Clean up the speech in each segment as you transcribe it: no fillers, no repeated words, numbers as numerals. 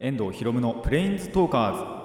遠藤ひろむのプレインズトーカーズ。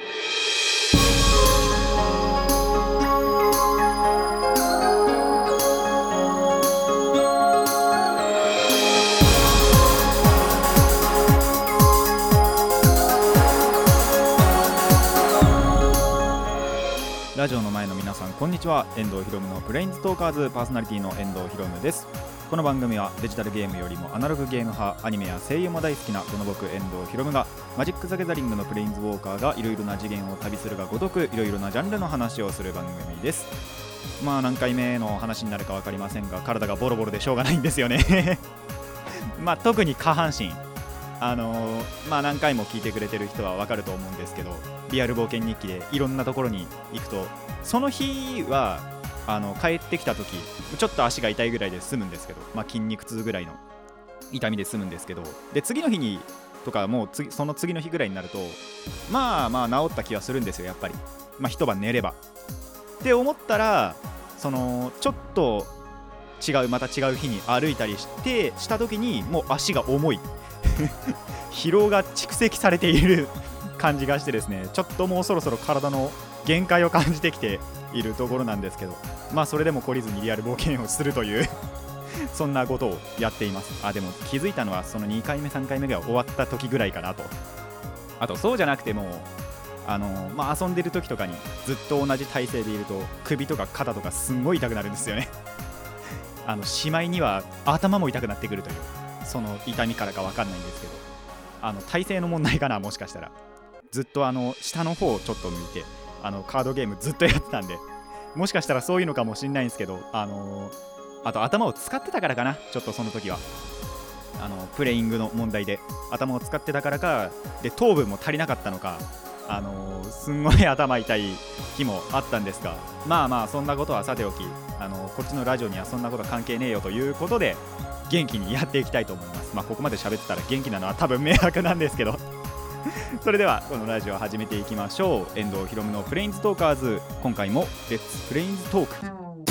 ラジオの前の皆さんこんにちは。遠藤ひろむのプレインズトーカーズパーソナリティの遠藤ひろむです。この番組はデジタルゲームよりもアナログゲーム派、アニメや声優も大好きなこの僕遠藤ひろむがマジック・ザ・ギャザリングのプレインズウォーカーがいろいろな次元を旅するがごとくいろいろなジャンルの話をする番組です。何回目の話になるか分かりませんが、体がボロボロでしょうがないんですよね特に下半身何回も聞いてくれてる人は分かると思うんですけど、リアル冒険日記でいろんなところに行くと、その日は帰ってきた時ちょっと足が痛いぐらいで済むんですけど、筋肉痛ぐらいの痛みで済むんですけど、で次の日にとかもうその次の日ぐらいになると治った気はするんですよ、やっぱり。一晩寝ればって思ったら、ちょっとまた違う日に歩いたりした時にもう足が重い疲労が蓄積されている感じがしてですね、ちょっともうそろそろ体の限界を感じてきているところなんですけど、それでも懲りずにリアル冒険をするというそんなことをやっています。でも気づいたのはその2回目3回目が終わった時ぐらいかなと。あとそうじゃなくても遊んでる時とかにずっと同じ体勢でいると首とか肩とかすんごい痛くなるんですよねしまいには頭も痛くなってくるという、その痛みからか分かんないんですけど、体勢の問題かな、もしかしたら。ずっと下の方をちょっと向いてカードゲームずっとやってたんで、もしかしたらそういうのかもしんないんですけど、あと頭を使ってたからかな、ちょっとその時はプレイングの問題で頭を使ってたからかで、糖分も足りなかったのかすんごい頭痛い日もあったんですが、そんなことはさておき、こっちのラジオにはそんなこと関係ねえよということで元気にやっていきたいと思います。ここまで喋ってたら元気なのは多分迷惑なんですけどそれではこのラジオを始めていきましょう。遠藤ひろむのプレインズトーカーズ、今回もレッツプレインズトーク。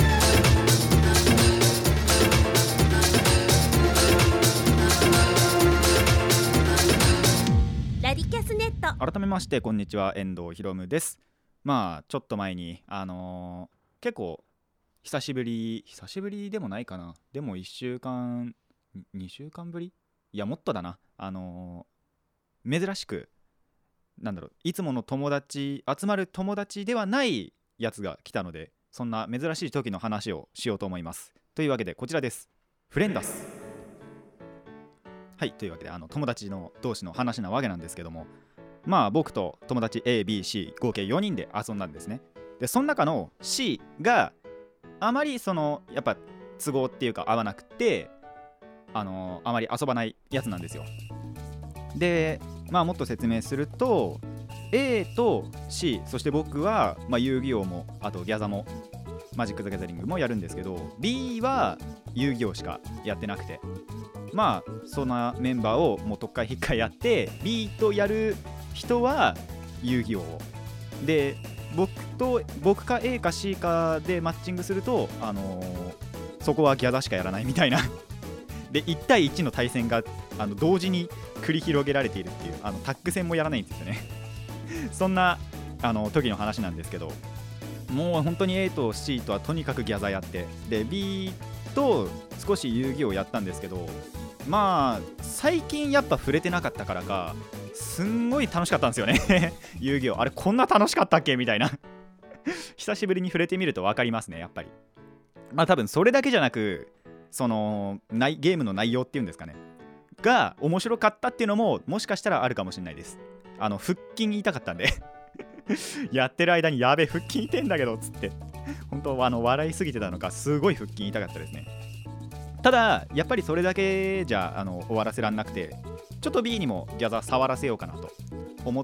ラディキャスネット。 改めましてこんにちは、遠藤ひろむです。ちょっと前に結構久しぶりでもないかな、でも1週間2週間ぶり、いやもっとだな、珍しくいつもの集まる友達ではないやつが来たので、そんな珍しい時の話をしようと思います。というわけでこちらです。フレンダス。はい、というわけで友達の同士の話なわけなんですけども、僕と友達 A、B、C 合計4人で遊んだんですね。でその中の C があまりやっぱ都合っていうか合わなくて、あまり遊ばないやつなんですよ。でもっと説明すると A と C、 そして僕は、遊戯王もあとギャザもマジック・ザ・ギャザリングもやるんですけど、 B は遊戯王しかやってなくて、そんなメンバーをもう特会引っかいやって、 B とやる人は遊戯王をで、僕か A か C かでマッチングすると、そこはギャザしかやらないみたいなで1対1の対戦が同時に繰り広げられているっていう、タッグ戦もやらないんですよねそんな時の話なんですけど、もう本当に A と C とはとにかくギャザやって、で B と少し遊戯王やったんですけど、最近やっぱ触れてなかったからかすんごい楽しかったんですよね遊戯王、あれこんな楽しかったっけみたいな久しぶりに触れてみると分かりますね、やっぱり。多分それだけじゃなく、ゲームの内容っていうんですかねが面白かったっていうのももしかしたらあるかもしれないです。腹筋痛かったんでやってる間にやべえ腹筋痛いんだけどっつって、本当笑いすぎてたのかすごい腹筋痛かったですね。ただやっぱりそれだけじゃ終わらせらんなくて、ちょっと B にもギャザ触らせようかなと思って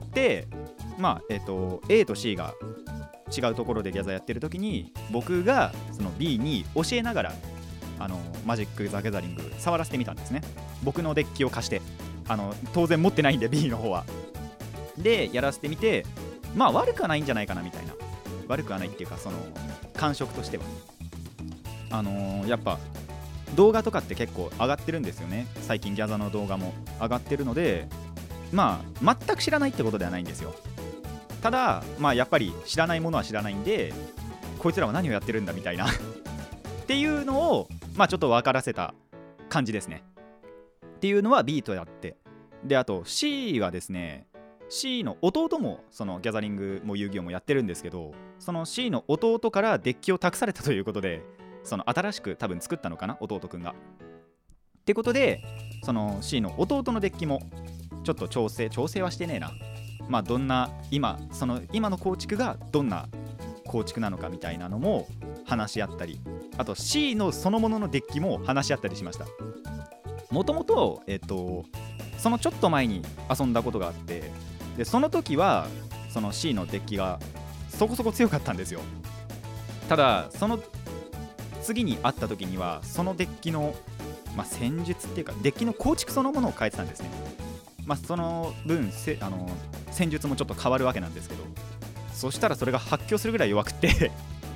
、A と C が違うところでギャザやってる時に、僕がその B に教えながらマジック・ザ・ギャザリング触らせてみたんですね。僕のデッキを貸して、当然持ってないんで B の方は。でやらせてみて、悪くはないんじゃないかなみたいな、悪くはないっていうか、感触としてはやっぱ動画とかって結構上がってるんですよね。最近ギャザの動画も上がってるので、 まあ全く知らないってことではないんですよ。ただまあやっぱり知らないものは知らないんで、こいつらは何をやってるんだみたいなっていうのをまあちょっと分からせた感じですね。っていうのは B とやって、であと C はですね、 C の弟もそのギャザリングも遊戯王もやってるんですけど、その C の弟からデッキを託されたということで、その新しく多分作ったのかな、弟くんが。ってことでその C の弟のデッキもちょっと調整はしてねえな、まあどんな今の構築がどんな構築なのかみたいなのも話し合ったり、あと C のそのもののデッキも話し合ったりしました。もともとそのちょっと前に遊んだことがあって、でその時はその C のデッキがそこそこ強かったんですよ。ただその次に会った時にはそのデッキの、まあ、戦術っていうかデッキの構築そのものを変えてたんですね。まあその分戦術もちょっと変わるわけなんですけど、そしたらそれが発狂するぐらい弱くって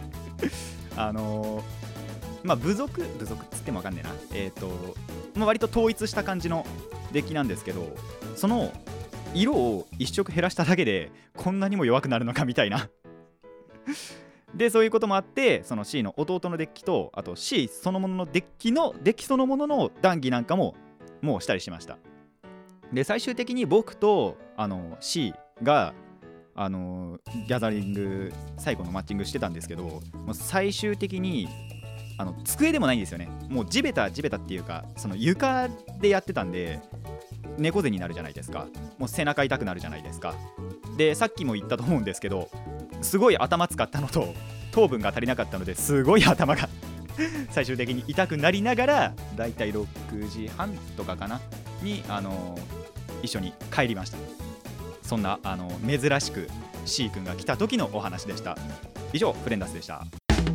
まあ部族っつってもわかんねえな、まあ、割と統一した感じのデッキなんですけど、その色を一色減らしただけでこんなにも弱くなるのかみたいなでそういうこともあって、その C の弟のデッキと、あと C そのもののデッキそのものの談義なんかももうしたりしました。で最終的に僕とC がギャザリング最後のマッチングしてたんですけど、もう最終的に机でもないんですよね。もう地べたっていうか、その床でやってたんで猫背になるじゃないですか。もう背中痛くなるじゃないですか。でさっきも言ったと思うんですけど、すごい頭使ったのと糖分が足りなかったのですごい頭が最終的に痛くなりながら、だいたい6時半とかかなに一緒に帰りました。そんな珍しく C 君が来た時のお話でした。以上フレンダスでした。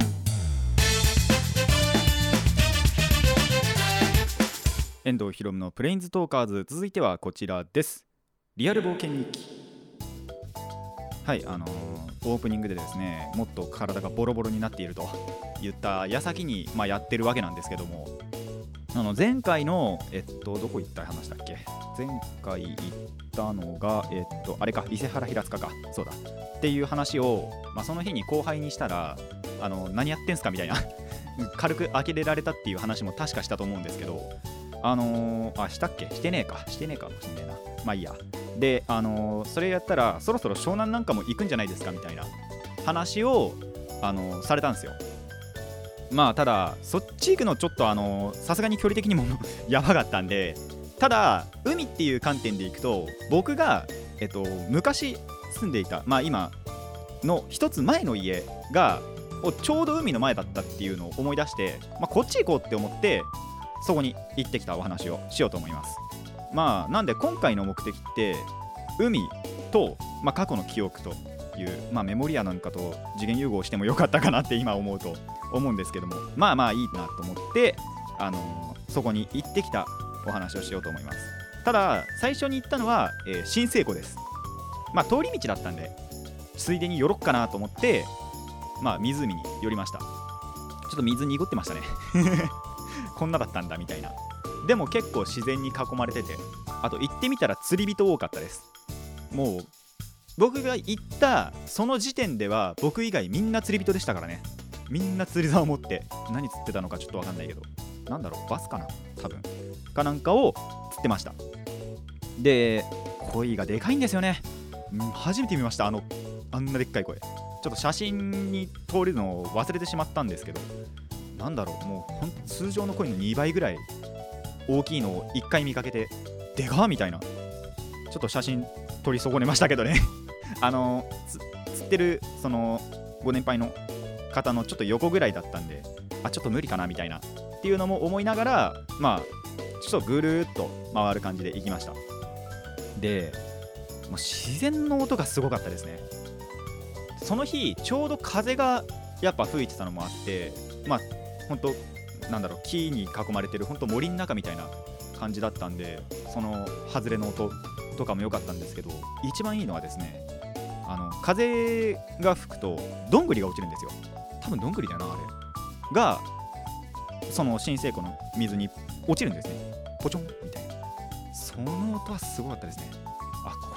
遠藤ひろむのプレインズトーカーズ、続いてはこちらです。リアル冒険日記。はい、オープニングでですね、もっと体がボロボロになっていると言った矢先に、まあ、やってるわけなんですけども、前回のどこ行った話だっけ。前回行ったのがあれか、伊勢原平塚か、そうだっていう話を、まあ、その日に後輩にしたら何やってんすかみたいな軽く呆れられたっていう話も確かしたと思うんですけど、したっけ、してねえかもしんねえな、まあいいや。でそれやったらそろそろ湘南なんかも行くんじゃないですかみたいな話をされたんですよ。まあただそっち行くのちょっとさすがに距離的にもやばかったんで、ただ海っていう観点でいくと、僕が昔住んでいた、まあ今の一つ前の家がちょうど海の前だったっていうのを思い出して、まあ、こっち行こうって思ってそこに行ってきたお話をしようと思います。まあなんで今回の目的って海と、まあ、過去の記憶という、まあ、メモリアなんかと次元融合してもよかったかなって今思うんですけども、まあまあいいなと思ってそこに行ってきたお話をしようと思います。ただ最初に行ったのは、新生湖です。まあ通り道だったんでついでに寄ろっかなと思って、まあ湖に寄りました。ちょっと水濁ってましたねこんなだったんだみたいな。でも結構自然に囲まれてて、あと行ってみたら釣り人多かったです。もう僕が行ったその時点では僕以外みんな釣り人でしたからね。みんな釣り竿を持って何釣ってたのかちょっと分かんないけど、なんだろう、バスかな、多分かなんかを釣ってました。で鯉がでかいんですよね。初めて見ました。あんなでっかい鯉。ちょっと写真に撮るのを忘れてしまったんですけど、なんだろう、もうほん通常の鯉の2倍ぐらい大きいのを1回見かけて、でかーみたいな。ちょっと写真撮り損ねましたけどね釣ってるそのご年配の方のちょっと横ぐらいだったんで、ちょっと無理かなみたいなっていうのも思いながら、まあちょっとぐるーっと回る感じで行きました。でもう自然の音がすごかったですね。その日ちょうど風がやっぱ吹いてたのもあって、まあ本当なんだろう、木に囲まれてる本当森の中みたいな感じだったんで、その外れの音とかも良かったんですけど、一番いいのはですね、風が吹くとどんぐりが落ちるんですよ。多分どんぐりだよな、あれがその新生湖の水に落ちるんですね。ポチョンみたいな。その音はすごかったですね。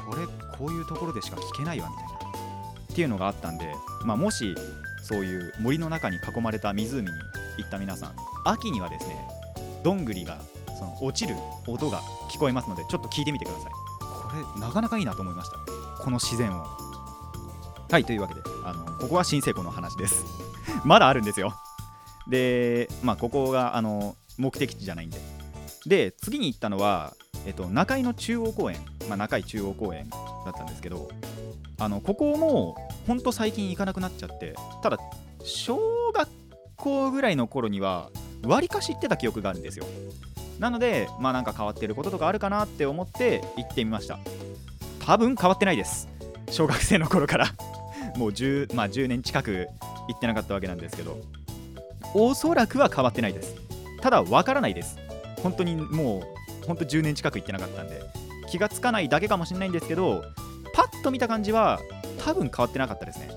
これこういうところでしか聞けないわみたいなっていうのがあったんで、もしそういう森の中に囲まれた湖に行った皆さん、秋にはですねどんぐりがその落ちる音が聞こえますので、ちょっと聞いてみてください。これなかなかいいなと思いました、この自然音。はい、というわけでここは新成功の話ですまだあるんですよ。でここが目的地じゃないんで。で次に行ったのは、中井の中央公園、中井中央公園だったんですけど、ここもほんと最近行かなくなっちゃって、ただ小学校ぐらいの頃にはわりかし行ってた記憶があるんですよ。なのでなんか変わってることとかあるかなって思って行ってみました。多分変わってないです、小学生の頃からもう 10年近く行ってなかったわけなんですけど、おそらくは変わってないです。ただわからないです。本当にもう本当10年近く行ってなかったんで気がつかないだけかもしれないんですけど、パッと見た感じは多分変わってなかったですね。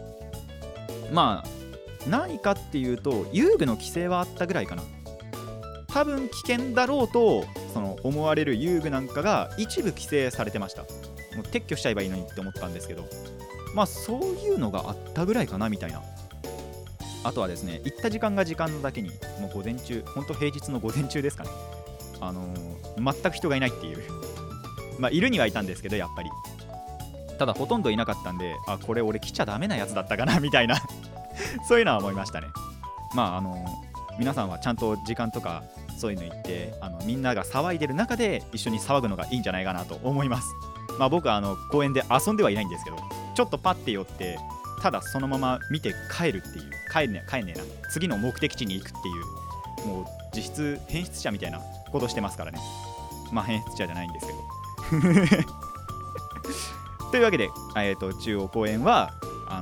何かっていうと遊具の規制はあったぐらいかな。多分危険だろうと思われる遊具なんかが一部規制されてました。もう撤去しちゃえばいいのにって思ったんですけど、そういうのがあったぐらいかなみたいな。あとはですね、行った時間が時間のだけにもう午前中、ほんと平日の午前中ですかね、全く人がいないっていういるにはいたんですけど、やっぱりただほとんどいなかったんで、これ俺来ちゃダメなやつだったかなみたいなそういうのは思いましたね。皆さんはちゃんと時間とかそういうの言ってみんなが騒いでる中で一緒に騒ぐのがいいんじゃないかなと思います。僕は公園で遊んではいないんですけど、ちょっとパッて寄ってただそのまま見て帰るっていう、帰んねえな、次の目的地に行くっていう、もう実質変質者みたいなことしてますからね。変質者じゃないんですけどというわけで、中央公園は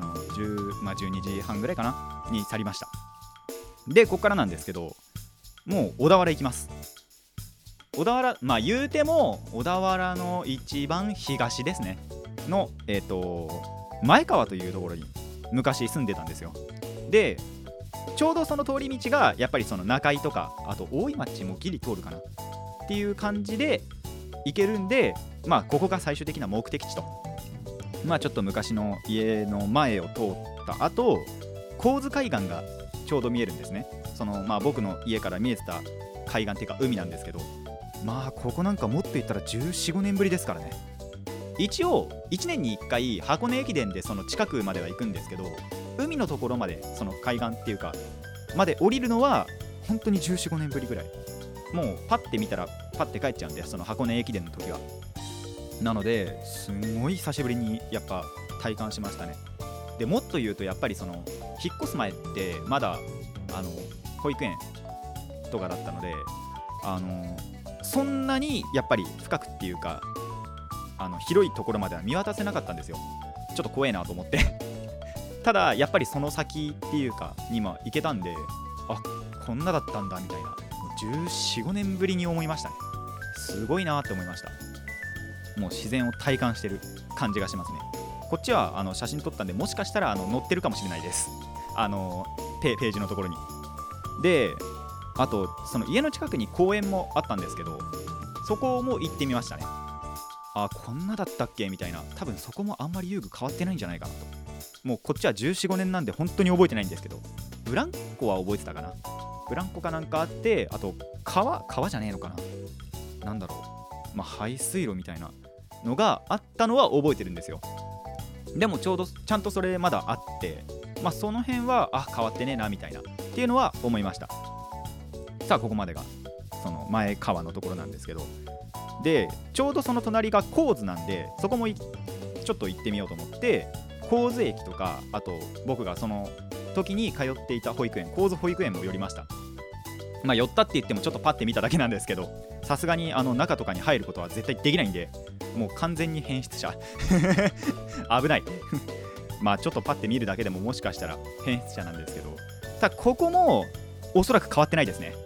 12時半ぐらいかなに去りました。でここからなんですけど、もう小田原行きます。小田原、言うても小田原の一番東ですねの前川というところに昔住んでたんですよ。でちょうどその通り道がやっぱりその中井とか、あと大井町もギリ通るかなっていう感じで行けるんで、ここが最終的な目的地と。ちょっと昔の家の前を通った後、神津海岸がちょうど見えるんですね。僕の家から見えてた海岸っていうか海なんですけど、ここなんかもっと言ったら14、15年ぶりですからね。一応1年に1回箱根駅伝でその近くまでは行くんですけど、海のところまでその海岸っていうかまで降りるのは本当に14、15年ぶりぐらい。もうパッて見たらパッて帰っちゃうんで、その箱根駅伝の時は。なのですごい久しぶりにやっぱ体感しましたね。でもっと言うとやっぱりその引っ越す前ってまだ保育園とかだったので、そんなにやっぱり深くっていうか広いところまでは見渡せなかったんですよ。ちょっと怖えなと思ってただやっぱりその先っていうかにも行けたんで、こんなだったんだみたいな、14、15年ぶりに思いましたね。すごいなって思いました。もう自然を体感してる感じがしますね。こっちは写真撮ったんで、もしかしたら載ってるかもしれないです、ページのところに。であとその家の近くに公園もあったんですけど、そこも行ってみましたね。こんなだったっけみたいな。多分そこもあんまり遊具変わってないんじゃないかなと。もうこっちは14、15年なんで本当に覚えてないんですけど、ブランコは覚えてたかな。ブランコかなんかあって、あと川じゃねえのかな、なんだろう、排水路みたいなのがあったのは覚えてるんですよ。でもちょうどちゃんとそれまだあって、その辺は変わってねえなみたいなっていうのは思いました。さあここまでがその前川のところなんですけど、でちょうどその隣が神津なんで、そこもちょっと行ってみようと思って神津駅とか、あと僕がその時に通っていた保育園、神津保育園も寄りました。寄ったって言ってもちょっとパッて見ただけなんですけど、さすがに中とかに入ることは絶対できないんで、もう完全に変質者危ないちょっとパッて見るだけでももしかしたら変質者なんですけど、ただここもおそらく変わってないですね。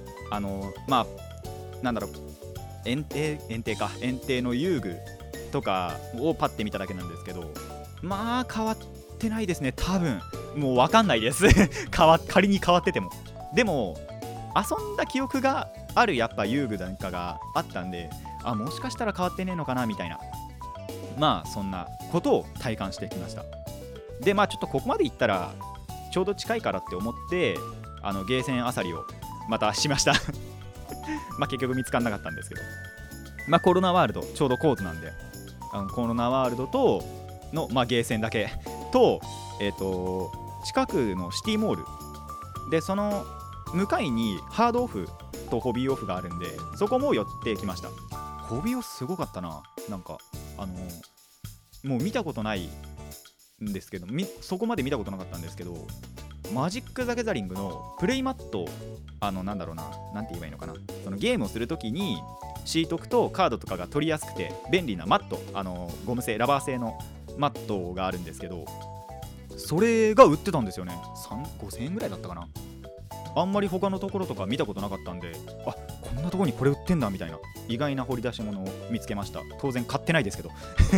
なんだろう、園庭の遊具とかをパッて見ただけなんですけど、変わってないですね。多分もう分かんないです仮に変わってても。でも遊んだ記憶があるやっぱ遊具なんかがあったんで、もしかしたら変わってねえのかなみたいな。 まあそんなことを体感してきました。でまあちょっとここまで行ったらちょうど近いからって思ってゲーセンあさりをまたしましたまあ結局見つからなかったんですけど、まあコロナワールドちょうどコートなんでコロナワールドとの、まあ、ゲーセンだけと、近くのシティモールでその向かいにハードオフとホビーオフがあるんでそこも寄ってきました。ホビーオフすごかったな。なんかもう見たことないんですけどそこまで見たことなかったんですけどマジック・ザ・ギャザリングのプレイマットなんだろうな、なんて言えばいいのかな、そのゲームをするときにシートクとカードとかが取りやすくて便利なマット、ゴム製ラバー製のマットがあるんですけどそれが売ってたんですよね。5000円ぐらいだったかな。あんまり他のところとか見たことなかったんでこんなところにこれ売ってんだみたいな意外な掘り出し物を見つけました。当然買ってないですけど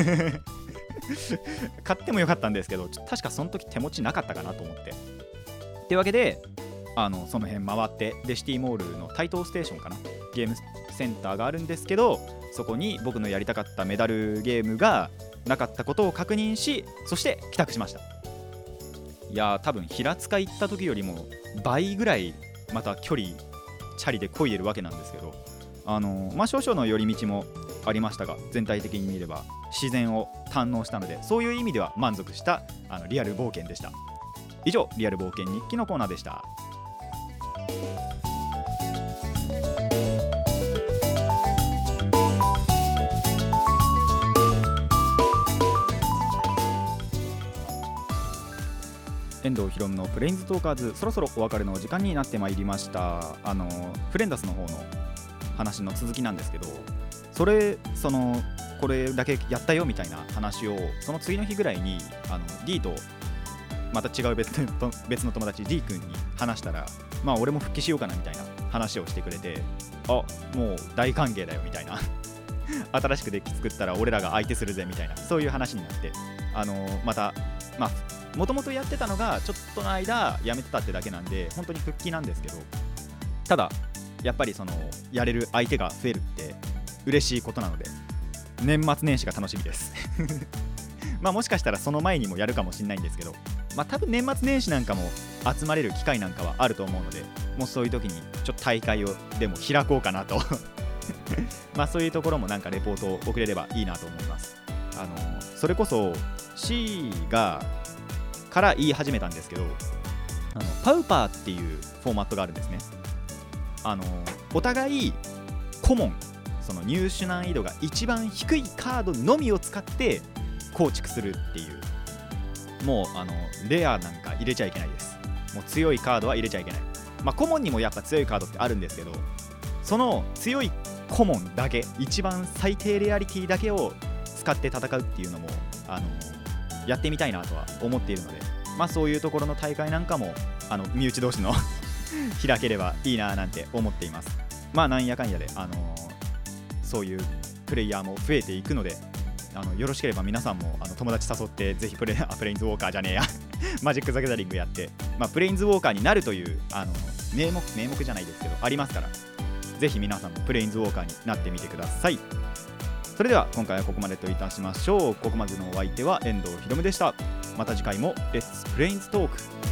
買ってもよかったんですけど確かその時手持ちなかったかなと思ってってわけでその辺回ってでシティモールの台東ステーションかなゲームセンターがあるんですけどそこに僕のやりたかったメダルゲームがなかったことを確認しそして帰宅しました。いやー多分平塚行った時よりも倍ぐらいまた距離チャリで漕いでるわけなんですけどまあ少々の寄り道もありましたが全体的に見れば自然を堪能したのでそういう意味では満足したリアル冒険でした。以上リアル冒険日記のコーナーでした。遠藤ひろむのプレインズトーカーズそろそろお別れのお時間になってまいりました。フレンダスの方の話の続きなんですけどこれだけやったよみたいな話をその次の日ぐらいにD とまた違う別の友達 D 君に話したらまあ俺も復帰しようかなみたいな話をしてくれてもう大歓迎だよみたいな新しくデッキ作ったら俺らが相手するぜみたいなそういう話になってまたまあもともとやってたのがちょっとの間やめてたってだけなんで本当に復帰なんですけどただやっぱりやれる相手が増えるって嬉しいことなので年末年始が楽しみですまあもしかしたらその前にもやるかもしれないんですけどまあ多分年末年始なんかも集まれる機会なんかはあると思うのでもうそういう時にちょっと大会をでも開こうかなとまあそういうところもなんかレポートを送れればいいなと思います。それこそ C から言い始めたんですけどパウパーっていうフォーマットがあるんですね。お互いコモンその入手難易度が一番低いカードのみを使って構築するっていうもうレアなんか入れちゃいけないです。もう強いカードは入れちゃいけない。まあコモンにもやっぱ強いカードってあるんですけどその強いコモンだけ一番最低レアリティだけを使って戦うっていうのもやってみたいなとは思っているのでまあそういうところの大会なんかも身内同士の開ければいいななんて思っています。まあなんやかんやでそういうプレイヤーも増えていくのでよろしければ皆さんも友達誘ってぜひプレインズウォーカーじゃねえやマジック・ザ・ギャザリングやって、まあ、プレインズウォーカーになるという名目じゃないですけどありますからぜひ皆さんもプレインズウォーカーになってみてください。それでは今回はここまでといたしましょう。ここまでのお相手は遠藤ひろむでした。また次回もレッツプレインズトーク